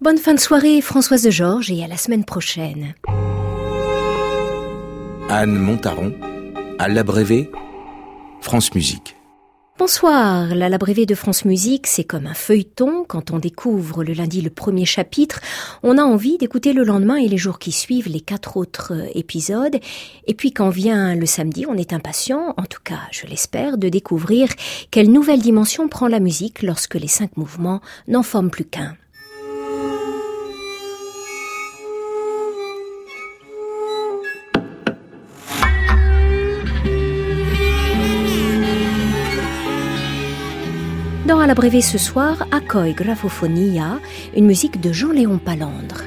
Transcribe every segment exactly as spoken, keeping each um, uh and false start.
Bonne fin de soirée, Françoise de Georges, et à la semaine prochaine. Anne Montaron, à l'abrévé, France Musique. Bonsoir, la l'abrévé de France Musique, c'est comme un feuilleton. Quand on découvre le lundi le premier chapitre, on a envie d'écouter le lendemain et les jours qui suivent les quatre autres épisodes. Et puis quand vient le samedi, on est impatient, en tout cas je l'espère, de découvrir quelle nouvelle dimension prend la musique lorsque les cinq mouvements n'en forment plus qu'un. Dans À l'abrévé ce soir, Akoi Graphofonia, une musique de Jean-Léon Palandre.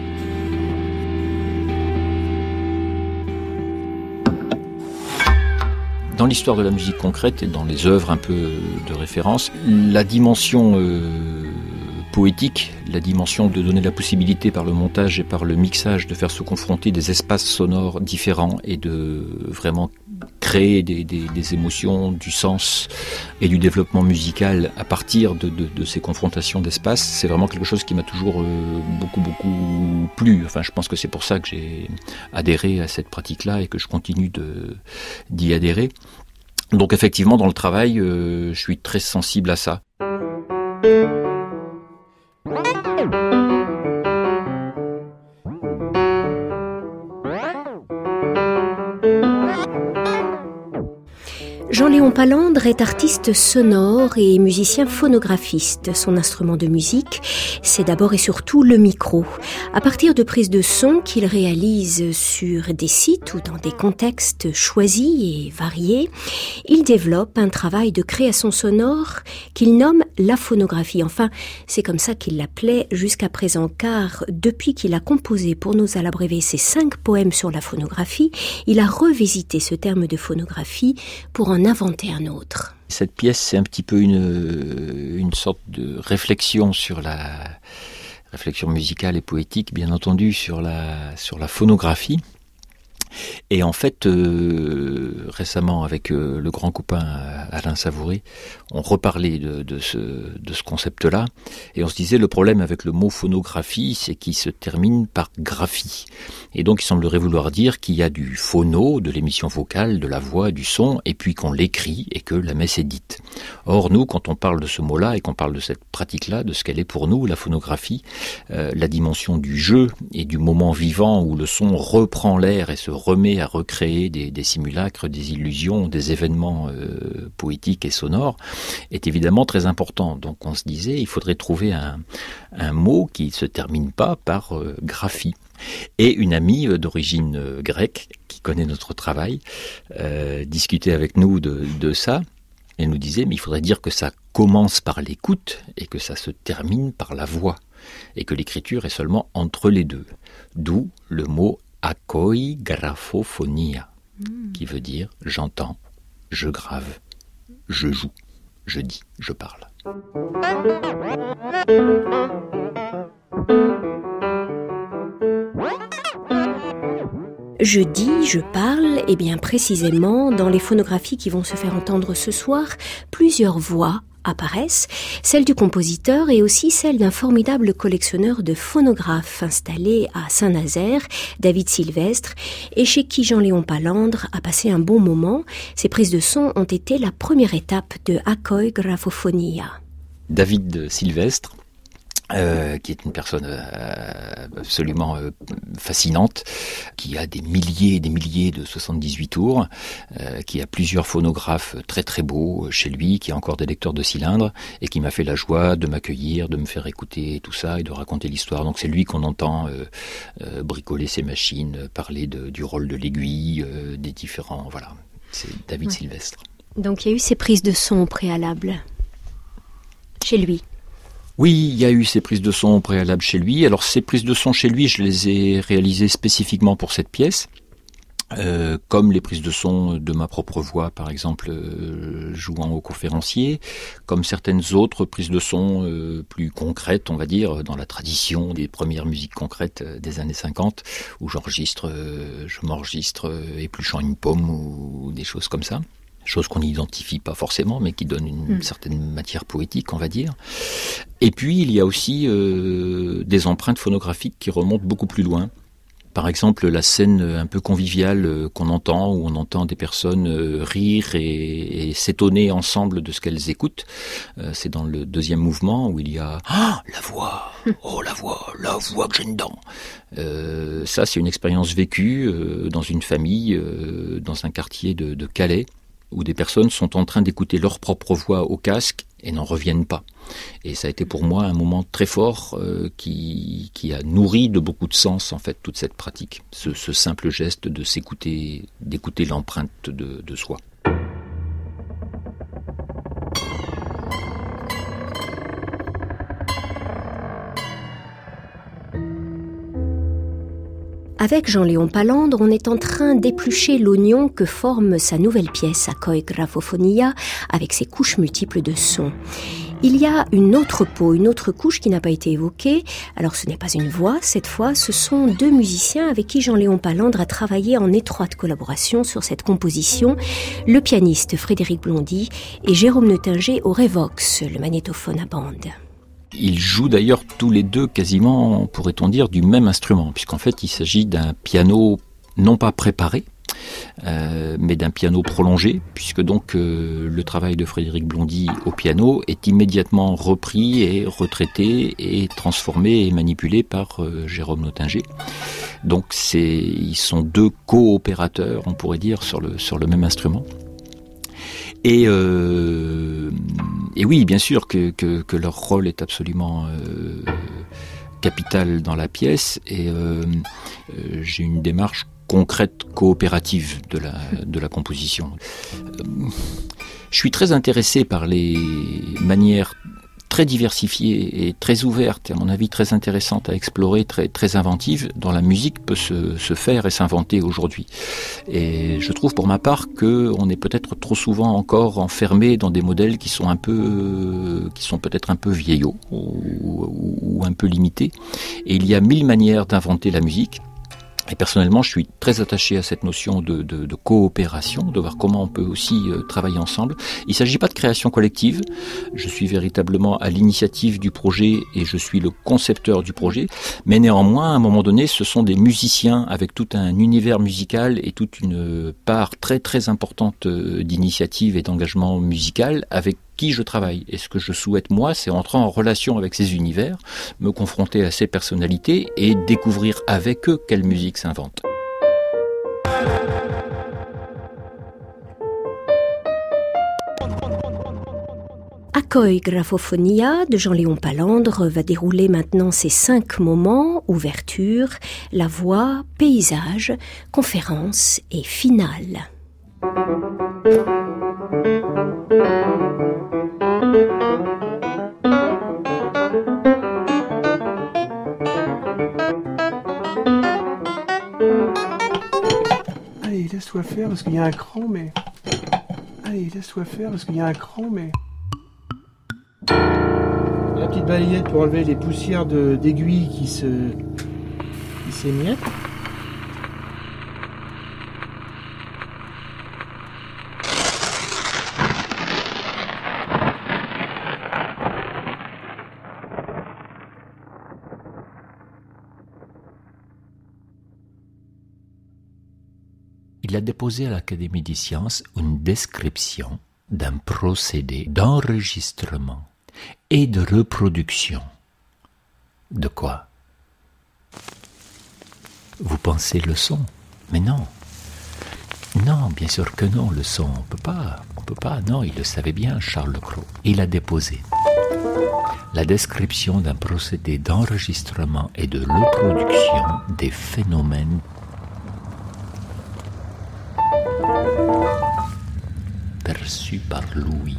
Dans l'histoire de la musique concrète et dans les œuvres un peu de référence, la dimension euh, poétique, la dimension de donner la possibilité par le montage et par le mixage de faire se confronter des espaces sonores différents et de vraiment créer des, des, des émotions, du sens et du développement musical à partir de, de, de ces confrontations d'espace, c'est vraiment quelque chose qui m'a toujours euh, beaucoup beaucoup plu. Enfin, je pense que c'est pour ça que j'ai adhéré à cette pratique-là et que je continue de, d'y adhérer. Donc effectivement, dans le travail, euh, je suis très sensible à ça. Jean-Léon Palandre est artiste sonore et musicien phonographiste. Son instrument de musique, c'est d'abord et surtout le micro. À partir de prises de son qu'il réalise sur des sites ou dans des contextes choisis et variés, il développe un travail de création sonore qu'il nomme la phonographie. Enfin, c'est comme ça qu'il l'appelait jusqu'à présent, car depuis qu'il a composé pour nous à l'abrévé ses cinq poèmes sur la phonographie, il a revisité ce terme de phonographie pour en inventer un autre. Cette pièce, c'est un petit peu une, une sorte de réflexion sur la réflexion musicale et poétique, bien entendu, sur la, sur la phonographie. Et en fait, euh, récemment, avec euh, le grand copain Alain Savouré, on reparlait de, de, ce, de ce concept-là, et on se disait, le problème avec le mot phonographie, c'est qu'il se termine par graphie. Et donc, il semblerait vouloir dire qu'il y a du phono, de l'émission vocale, de la voix, du son, et puis qu'on l'écrit et que la messe est dite. Or, nous, quand on parle de ce mot-là et qu'on parle de cette pratique-là, de ce qu'elle est pour nous, la phonographie, euh, la dimension du jeu et du moment vivant où le son reprend l'air et se remet à recréer des, des simulacres, des illusions, des événements euh, poétiques et sonores, est évidemment très important. Donc on se disait, il faudrait trouver un, un mot qui ne se termine pas par euh, graphie. Et une amie euh, d'origine euh, grecque, qui connaît notre travail, euh, discutait avec nous de, de ça. Elle nous disait, mais il faudrait dire que ça commence par l'écoute et que ça se termine par la voix. Et que l'écriture est seulement entre les deux. D'où le mot Akoi Graphofonia, mmh. qui veut dire j'entends, je grave, je joue, je dis, je parle. Je dis, je parle, et bien précisément, dans les phonographies qui vont se faire entendre ce soir, plusieurs voix apparaissent, celle du compositeur et aussi celle d'un formidable collectionneur de phonographes installé à Saint-Nazaire, David Sylvestre, et chez qui Jean-Léon Palandre a passé un bon moment. Ces prises de son ont été la première étape de Akoi Graphofonia. David Sylvestre, Euh, qui est une personne euh, absolument euh, fascinante, qui a des milliers et des milliers de soixante-dix-huit tours, euh, qui a plusieurs phonographes très très beaux chez lui, qui a encore des lecteurs de cylindres, et qui m'a fait la joie de m'accueillir, de me faire écouter tout ça et de raconter l'histoire. Donc c'est lui qu'on entend euh, euh, bricoler ses machines, parler de, du rôle de l'aiguille, euh, des différents... Voilà, c'est David ouais. Sylvestre. Donc il y a eu ces prises de son au préalable, chez lui. Oui, il y a eu ces prises de son préalables chez lui. Alors ces prises de son chez lui, je les ai réalisées spécifiquement pour cette pièce. Euh, comme les prises de son de ma propre voix, par exemple, euh, jouant au conférencier, comme certaines autres prises de son euh, plus concrètes, on va dire, dans la tradition des premières musiques concrètes des années cinquante, où j'enregistre, euh, je m'enregistre euh, épluchant une pomme ou des choses comme ça. chose qu'on n'identifie pas forcément, mais qui donne une mmh. certaine matière poétique, on va dire. Et puis, il y a aussi euh, des empreintes phonographiques qui remontent beaucoup plus loin. Par exemple, la scène un peu conviviale qu'on entend, où on entend des personnes rire et, et s'étonner ensemble de ce qu'elles écoutent. Euh, c'est dans le deuxième mouvement où il y a « Ah, la voix ! Oh, la voix ! La voix que j'ai dedans !» euh, Ça, c'est une expérience vécue euh, dans une famille, euh, dans un quartier de, de Calais, où des personnes sont en train d'écouter leur propre voix au casque et n'en reviennent pas. Et ça a été pour moi un moment très fort euh, qui, qui a nourri de beaucoup de sens en fait toute cette pratique, ce, ce simple geste de s'écouter, d'écouter l'empreinte de, de soi. Avec Jean-Léon Palandre, on est en train d'éplucher l'oignon que forme sa nouvelle pièce Akoi Graphofonia avec ses couches multiples de sons. Il y a une autre peau, une autre couche qui n'a pas été évoquée. Alors ce n'est pas une voix, cette fois, ce sont deux musiciens avec qui Jean-Léon Palandre a travaillé en étroite collaboration sur cette composition, le pianiste Frédéric Blondy et Jérôme Neutinger au Revox, le magnétophone à bande. Ils jouent d'ailleurs tous les deux quasiment, pourrait-on dire, du même instrument, puisqu'en fait il s'agit d'un piano non pas préparé, euh, mais d'un piano prolongé, puisque donc euh, le travail de Frédéric Blondy au piano est immédiatement repris et retraité et transformé et manipulé par euh, Jérôme Neutinger. Donc c'est, ils sont deux coopérateurs, on pourrait dire, sur le, sur le même instrument. Et, euh, et oui, bien sûr que, que, que leur rôle est absolument euh, capital dans la pièce. Et euh, euh, j'ai une démarche concrète, coopérative de la, de la composition. Euh, je suis très intéressé par les manières très diversifiées et très ouvertes, et à mon avis très intéressantes à explorer, très, très inventives, dont la musique peut se, se faire et s'inventer aujourd'hui. Et je trouve pour ma part qu'on est peut-être trop souvent encore enfermé dans des modèles qui sont un peu, qui sont peut-être un peu vieillots ou, ou, ou un peu limités. Et il y a mille manières d'inventer la musique. Et personnellement, je suis très attaché à cette notion de, de, de coopération, de voir comment on peut aussi euh, travailler ensemble. Il ne s'agit pas de création collective. Je suis véritablement à l'initiative du projet et je suis le concepteur du projet. Mais néanmoins, à un moment donné, ce sont des musiciens avec tout un univers musical et toute une part très très importante d'initiative et d'engagement musical avec qui je travaille. Et ce que je souhaite, moi, c'est entrer en relation avec ces univers, me confronter à ces personnalités et découvrir avec eux quelle musique s'invente. Akoi Graphofonia de Jean-Léon Palandre va dérouler maintenant ses cinq moments, ouverture, la voix, paysage, conférence et finale. Allez, laisse-toi faire parce qu'il y a un cran, mais... Allez, laisse-toi faire parce qu'il y a un cran, mais... La petite balayette pour enlever les poussières de, d'aiguilles qui se... qui s'émiettent. Il a déposé à l'Académie des sciences une description d'un procédé d'enregistrement et de reproduction. De quoi ? Vous pensez le son ? Mais non. Non, bien sûr que non, le son, on peut pas, on peut pas, non, il le savait bien, Charles Cros. Il a déposé la description d'un procédé d'enregistrement et de reproduction des phénomènes perçus par l'ouïe.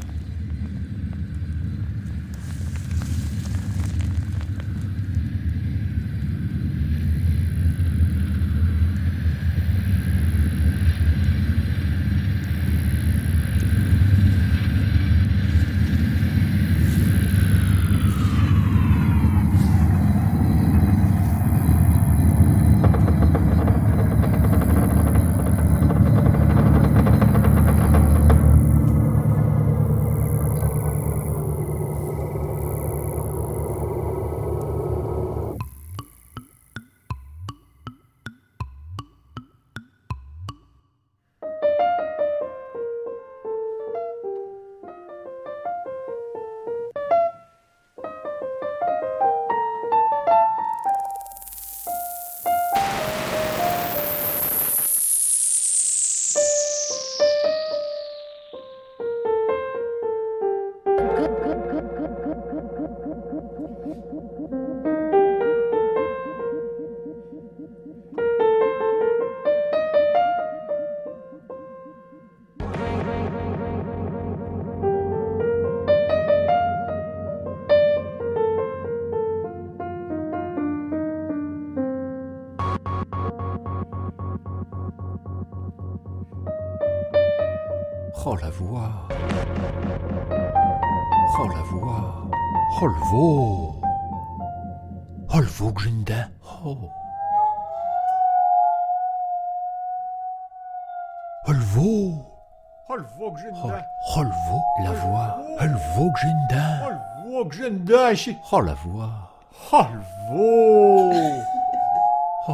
Oh la voix. Oh la voix. Oh le veau. Oh le veau que j'ai une dent. Oh. Oh le veau. Oh le veau que j'ai une Oh, dent. oh le veau. La voix. Oh le veau que j'ai une Oh dent. le veau que j'ai une dent. ici. Oh la voix. Oh le veau. Oh.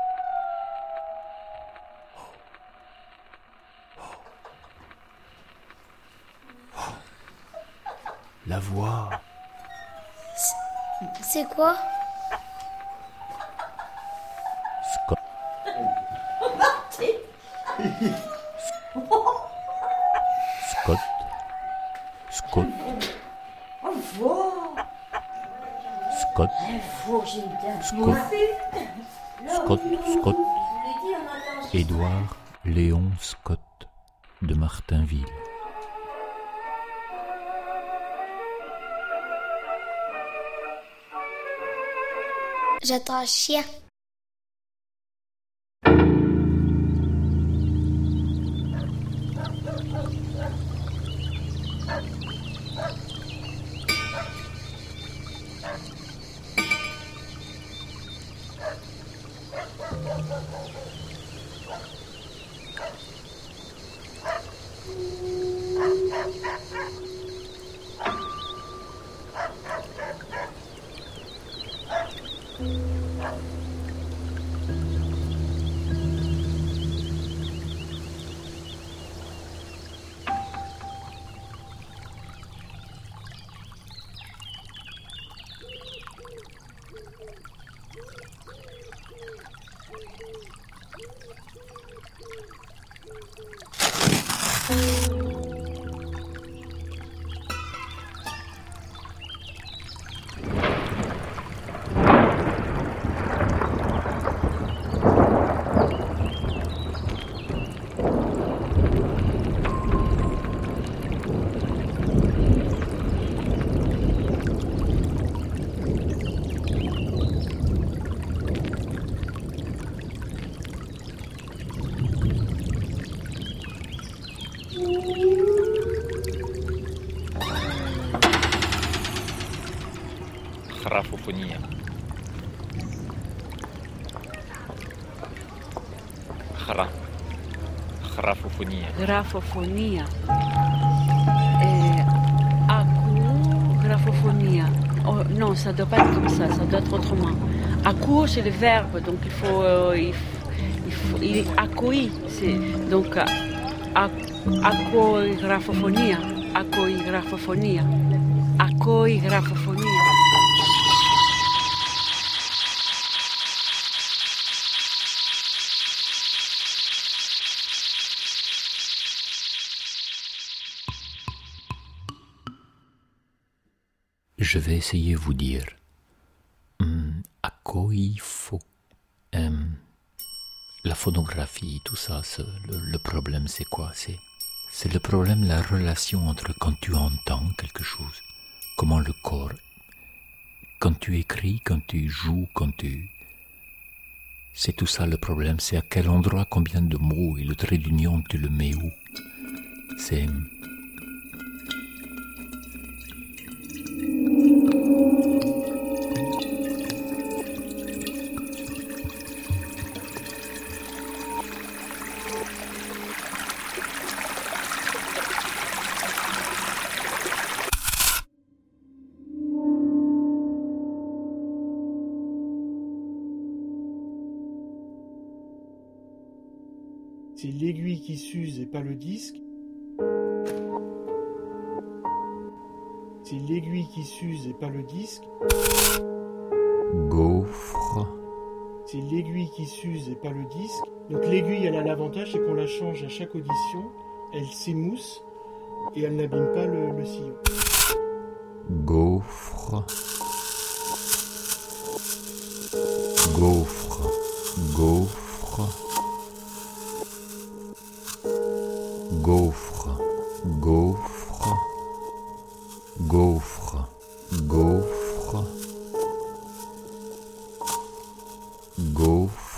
La voix. C'est quoi? Scott. Scott. Scott. Scott. Scott. Scott. Scott. Édouard Léon Scott de Martinville. J'attends un chien. Graphofonia. Gra. Graphofonia. Graphofonia. Euh, Akou, graphofonia. Oh, non, ça ne doit pas être comme ça, ça doit être autrement. Akou, c'est le verbe, donc il faut. Euh, il, il faut il est akoi, c'est. Donc, akoi graphofonia. Akoi graphofonia. Akoi graphofonia. Je vais essayer de vous dire. Hum, à quoi il faut hum, la phonographie, tout ça, ce, le, le problème c'est quoi? C'est, c'est le problème, la relation entre quand tu entends quelque chose, comment le corps, quand tu écris, quand tu joues, quand tu... C'est tout ça le problème, c'est à quel endroit, combien de mots, et le trait d'union, tu le mets où? C'est... C'est l'aiguille qui s'use et pas le disque. C'est l'aiguille qui s'use et pas le disque. Gaufre. C'est l'aiguille qui s'use et pas le disque. Donc l'aiguille, elle a l'avantage, c'est qu'on la change à chaque audition. Elle s'émousse et elle n'abîme pas le, le sillon. Gaufre. Gaufre. Gaufre. Gaufre. Gaufre. Gaufre. Gaufre.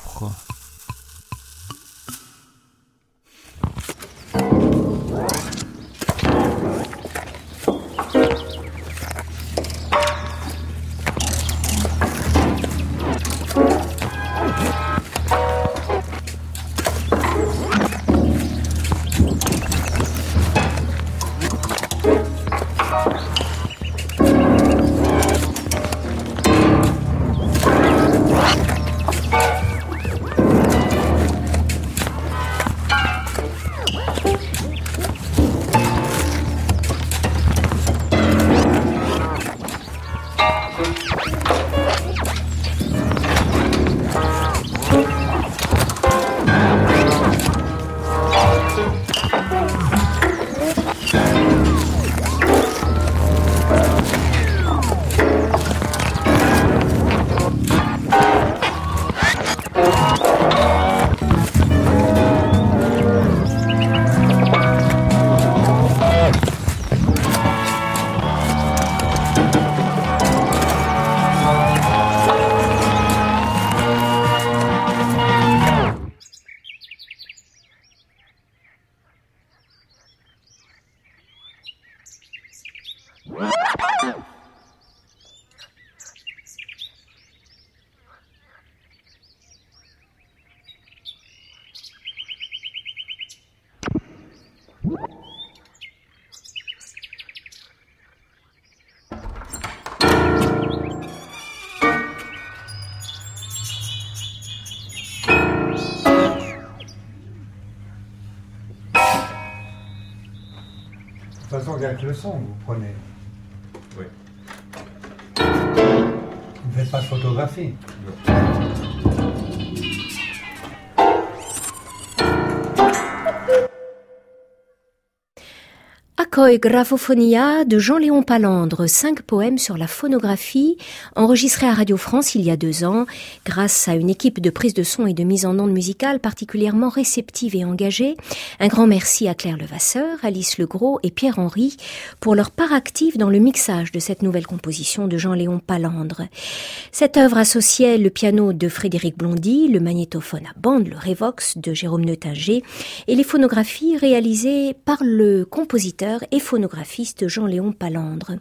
Gaufre. façon qu'avec le son, vous prenez. Oui. Vous ne faites pas de photographie. Non. Akoi Graphofonia de Jean-Léon Palandre, cinq poèmes sur la phonographie, enregistrés à Radio France il y a deux ans, grâce à une équipe de prise de son et de mise en onde musicale particulièrement réceptive et engagée. Un grand merci à Claire Levasseur, Alice Legros et Pierre-Henri pour leur part active dans le mixage de cette nouvelle composition de Jean-Léon Palandre. Cette œuvre associait le piano de Frédéric Blondy, le magnétophone à bande, le Revox de Jérôme Neutinger et les phonographies réalisées par le compositeur et phonographiste Jean-Léon Palandre.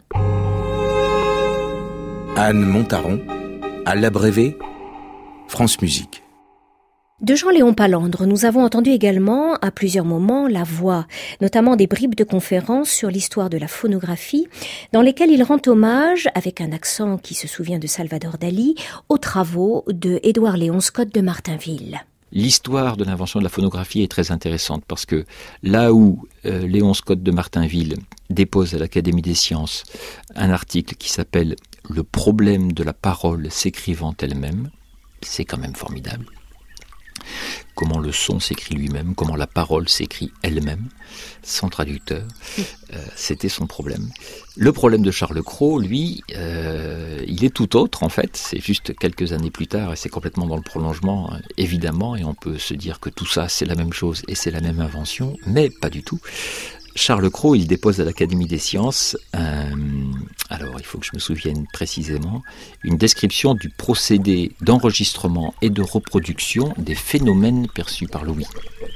Anne Montaron, à l'abrévé, France Musique. De Jean-Léon Palandre, nous avons entendu également à plusieurs moments la voix, notamment des bribes de conférences sur l'histoire de la phonographie, dans lesquelles il rend hommage, avec un accent qui se souvient de Salvador Dali, aux travaux de Édouard Léon Scott de Martinville. L'histoire de l'invention de la phonographie est très intéressante parce que là où euh, Léon Scott de Martinville dépose à l'Académie des sciences un article qui s'appelle « Le problème de la parole s'écrivant elle-même », c'est quand même formidable. Comment le son s'écrit lui-même, comment la parole s'écrit elle-même, sans traducteur, euh, c'était son problème. Le problème de Charles Cros, lui, euh, il est tout autre en fait, c'est juste quelques années plus tard et c'est complètement dans le prolongement, hein, évidemment, et on peut se dire que tout ça c'est la même chose et c'est la même invention, mais pas du tout. Charles Cros, il dépose à l'Académie des sciences, euh, alors il faut que je me souvienne précisément, une description du procédé d'enregistrement et de reproduction des phénomènes perçus par l'ouïe.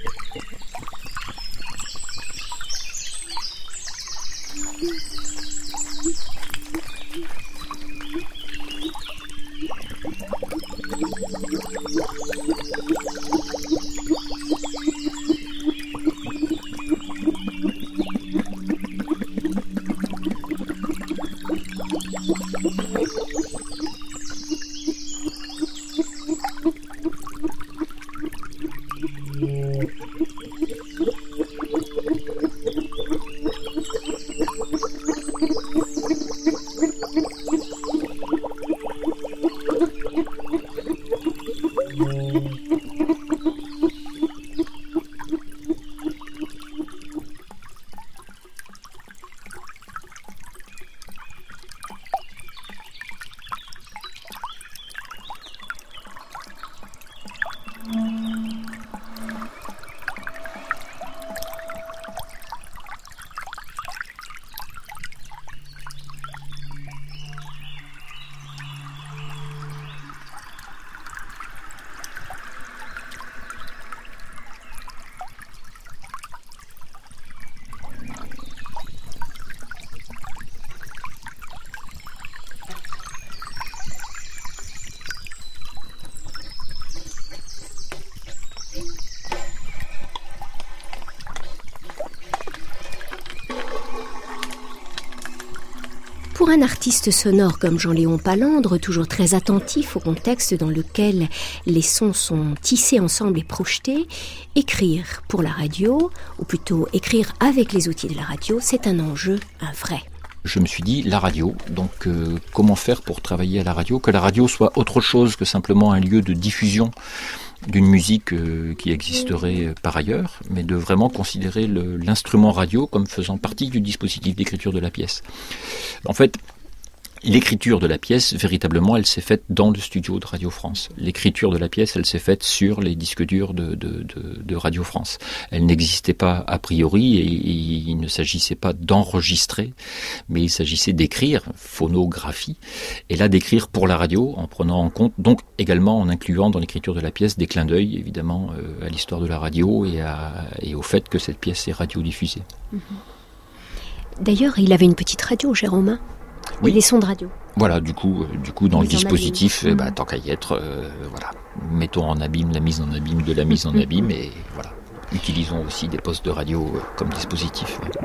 Pour un artiste sonore comme Jean-Léon Palandre, toujours très attentif au contexte dans lequel les sons sont tissés ensemble et projetés, écrire pour la radio, ou plutôt écrire avec les outils de la radio, c'est un enjeu, un vrai. Je me suis dit, la radio, donc euh, comment faire pour travailler à la radio, que la radio soit autre chose que simplement un lieu de diffusion d'une musique euh, qui existerait par ailleurs, mais de vraiment considérer le, l'instrument radio comme faisant partie du dispositif d'écriture de la pièce. En fait, l'écriture de la pièce, véritablement, elle s'est faite dans le studio de Radio France. L'écriture de la pièce, elle s'est faite sur les disques durs de, de, de, de Radio France. Elle n'existait pas a priori et, et il ne s'agissait pas d'enregistrer, mais il s'agissait d'écrire, phonographie, et là d'écrire pour la radio en prenant en compte, donc également en incluant dans l'écriture de la pièce des clins d'œil, évidemment, euh, à l'histoire de la radio et, à, et au fait que cette pièce est radiodiffusée. D'ailleurs, il avait une petite radio, Jérôme. Oui. Et des sons de radio. Voilà, du coup, euh, du coup dans mise le dispositif, eh ben, tant qu'à y être, euh, voilà, mettons en abîme la mise en abîme de la mise en abîme et voilà, utilisons aussi des postes de radio euh, comme dispositif. Ouais.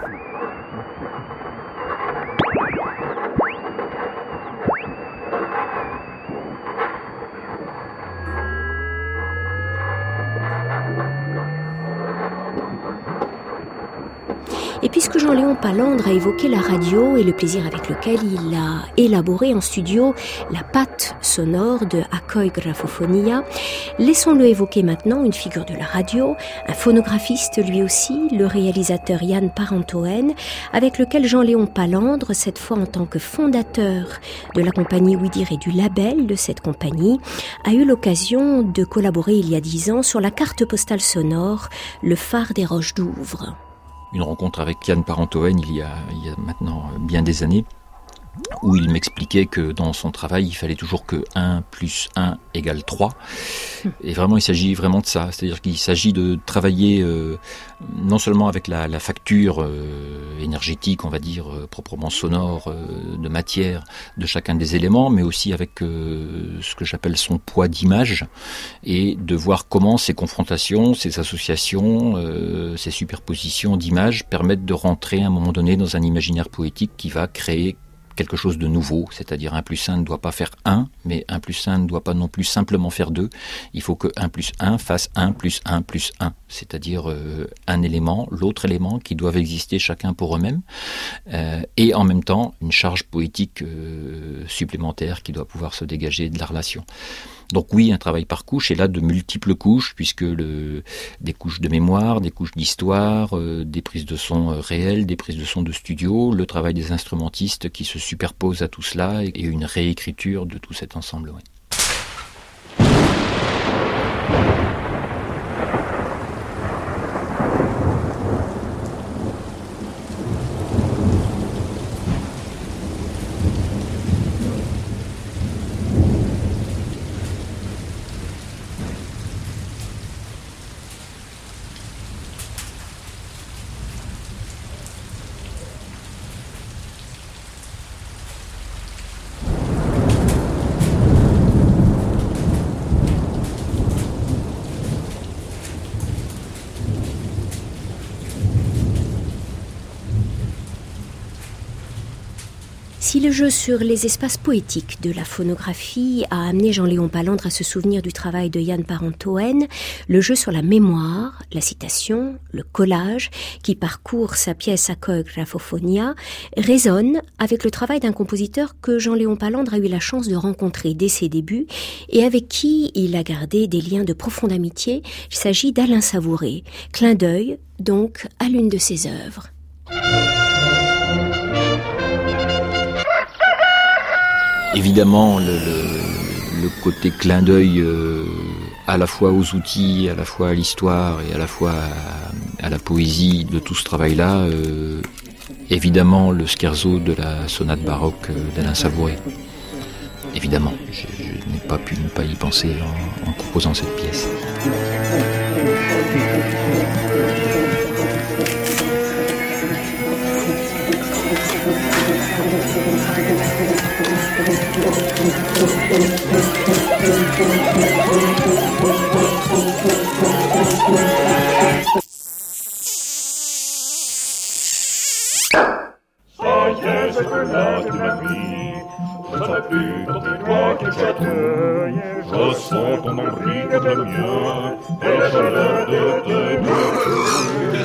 Et puisque Jean-Léon Pallandre a évoqué la radio et le plaisir avec lequel il a élaboré en studio la patte sonore de Akoi Grafophonia, laissons-le évoquer maintenant une figure de la radio, un phonographiste lui aussi, le réalisateur Jan Parentoen, avec lequel Jean-Léon Pallandre, cette fois en tant que fondateur de la compagnie Ouidir et du label de cette compagnie, a eu l'occasion de collaborer il y a dix ans sur la carte postale sonore Le Phare des Roches d'Ouvre. Une rencontre avec Jan Parentoen il y a, il y a maintenant bien des années, où il m'expliquait que dans son travail, il fallait toujours que un plus un égale trois. Et vraiment, il s'agit vraiment de ça. C'est-à-dire qu'il s'agit de travailler euh, non seulement avec la, la facture euh, énergétique, on va dire, euh, proprement sonore, euh, de matière de chacun des éléments, mais aussi avec euh, ce que j'appelle son poids d'image, et de voir comment ces confrontations, ces associations, euh, ces superpositions d'images permettent de rentrer à un moment donné dans un imaginaire poétique qui va créer quelque chose de nouveau, c'est-à-dire un plus un ne doit pas faire un, mais un plus un ne doit pas non plus simplement faire deux. Il faut que un plus un fasse un plus un plus un, c'est-à-dire euh, un élément, l'autre élément qui doivent exister chacun pour eux-mêmes, euh, et en même temps une charge poétique euh, supplémentaire qui doit pouvoir se dégager de la relation. Donc oui, un travail par couche, et là de multiples couches, puisque le, des couches de mémoire, des couches d'histoire, euh, des prises de son euh, réelles, des prises de son de studio, le travail des instrumentistes qui se superposent à tout cela, et, et une réécriture de tout cet ensemble. Ouais. Si le jeu sur les espaces poétiques de la phonographie a amené Jean-Léon Pallandre à se souvenir du travail de Jan Parentoen, le jeu sur la mémoire, la citation, le collage, qui parcourt sa pièce Akoi Grafophonia, résonne avec le travail d'un compositeur que Jean-Léon Pallandre a eu la chance de rencontrer dès ses débuts et avec qui il a gardé des liens de profonde amitié. Il s'agit d'Alain Savouré. Clin d'œil, donc, à l'une de ses œuvres. Évidemment, le, le, le côté clin d'œil euh, à la fois aux outils, à la fois à l'histoire et à la fois à, à la poésie de tout ce travail-là, euh, évidemment le scherzo de la sonate baroque d'Alain Savouré. Évidemment, je, je n'ai pas pu ne pas y penser en, en composant cette pièce. Ça y est, c'est l'heure de ma vie. Je ne serai plus dans tes doigts qui me chatouillent. Je sens ton nombril comme le mien, et la chaleur de tes mains.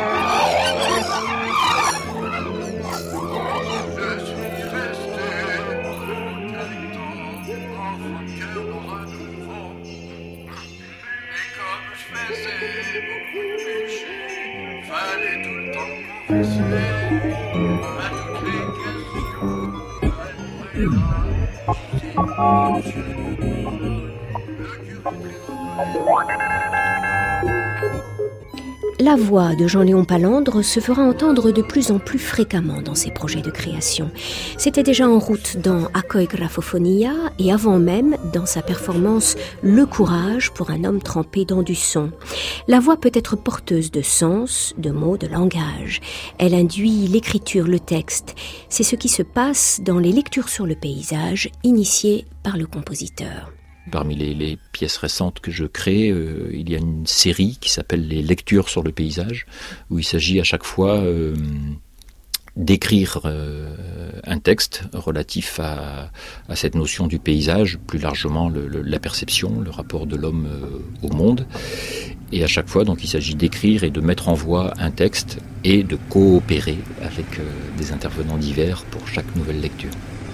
La voix de Jean-Léon Pallandre se fera entendre de plus en plus fréquemment dans ses projets de création. C'était déjà en route dans Akoi Grafophonia et avant même dans sa performance Le courage pour un homme trempé dans du son. La voix peut être porteuse de sens, de mots, de langage. Elle induit l'écriture, le texte. C'est ce qui se passe dans les lectures sur le paysage initiées par le compositeur. Parmi les, les pièces récentes que je crée, euh, il y a une série qui s'appelle les lectures sur le paysage, où il s'agit à chaque fois euh, d'écrire euh, un texte relatif à, à cette notion du paysage, plus largement le, le, la perception, le rapport de l'homme euh, au monde. Et à chaque fois, donc, il s'agit d'écrire et de mettre en voix un texte et de coopérer avec euh, des intervenants divers pour chaque nouvelle lecture.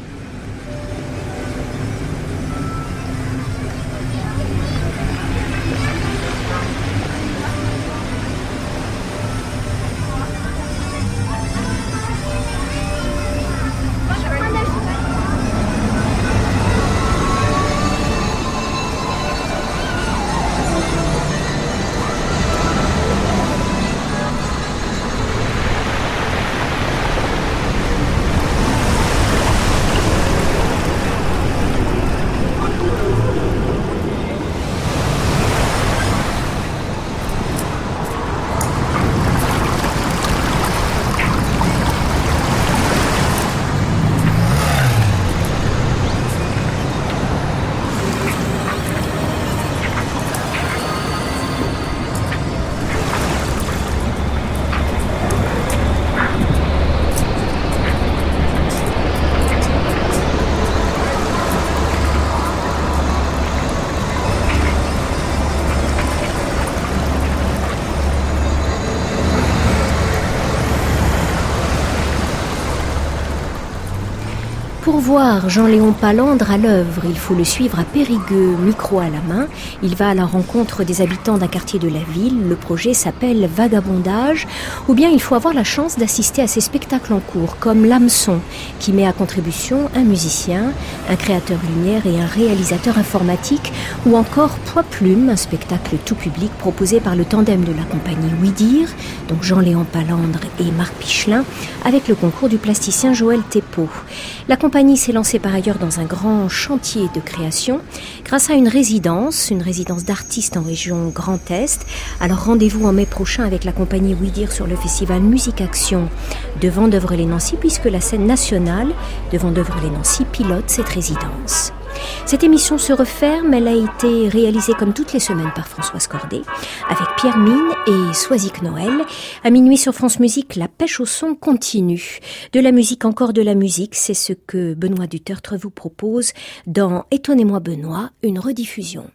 Pour voir Jean-Léon Palandre à l'œuvre, il faut le suivre à Périgueux, micro à la main. Il va à la rencontre des habitants d'un quartier de la ville. Le projet s'appelle Vagabondage. Ou bien il faut avoir la chance d'assister à ces spectacles en cours, comme L'Hameçon, qui met à contribution un musicien, un créateur lumière et un réalisateur informatique, ou encore Poids Plume, un spectacle tout public proposé par le tandem de la compagnie Ouidir, donc Jean-Léon Palandre et Marc Pichelin, avec le concours du plasticien Joël Thépeau. La compagnie s'est lancée par ailleurs dans un grand chantier de création grâce à une résidence, une résidence d'artistes en région Grand Est. Alors rendez-vous en mai prochain avec la compagnie Ouidir sur le festival Musique Action de Vendeuvre-les-Nancy, puisque la scène nationale de Vendeuvre-les-Nancy pilote cette résidence. Cette émission se referme, elle a été réalisée comme toutes les semaines par Françoise Cordet, avec Pierre Mine et Soisic Noël. À minuit sur France Musique, la pêche au son continue. De la musique, encore de la musique, c'est ce que Benoît Dutertre vous propose dans Étonnez-moi Benoît, une rediffusion.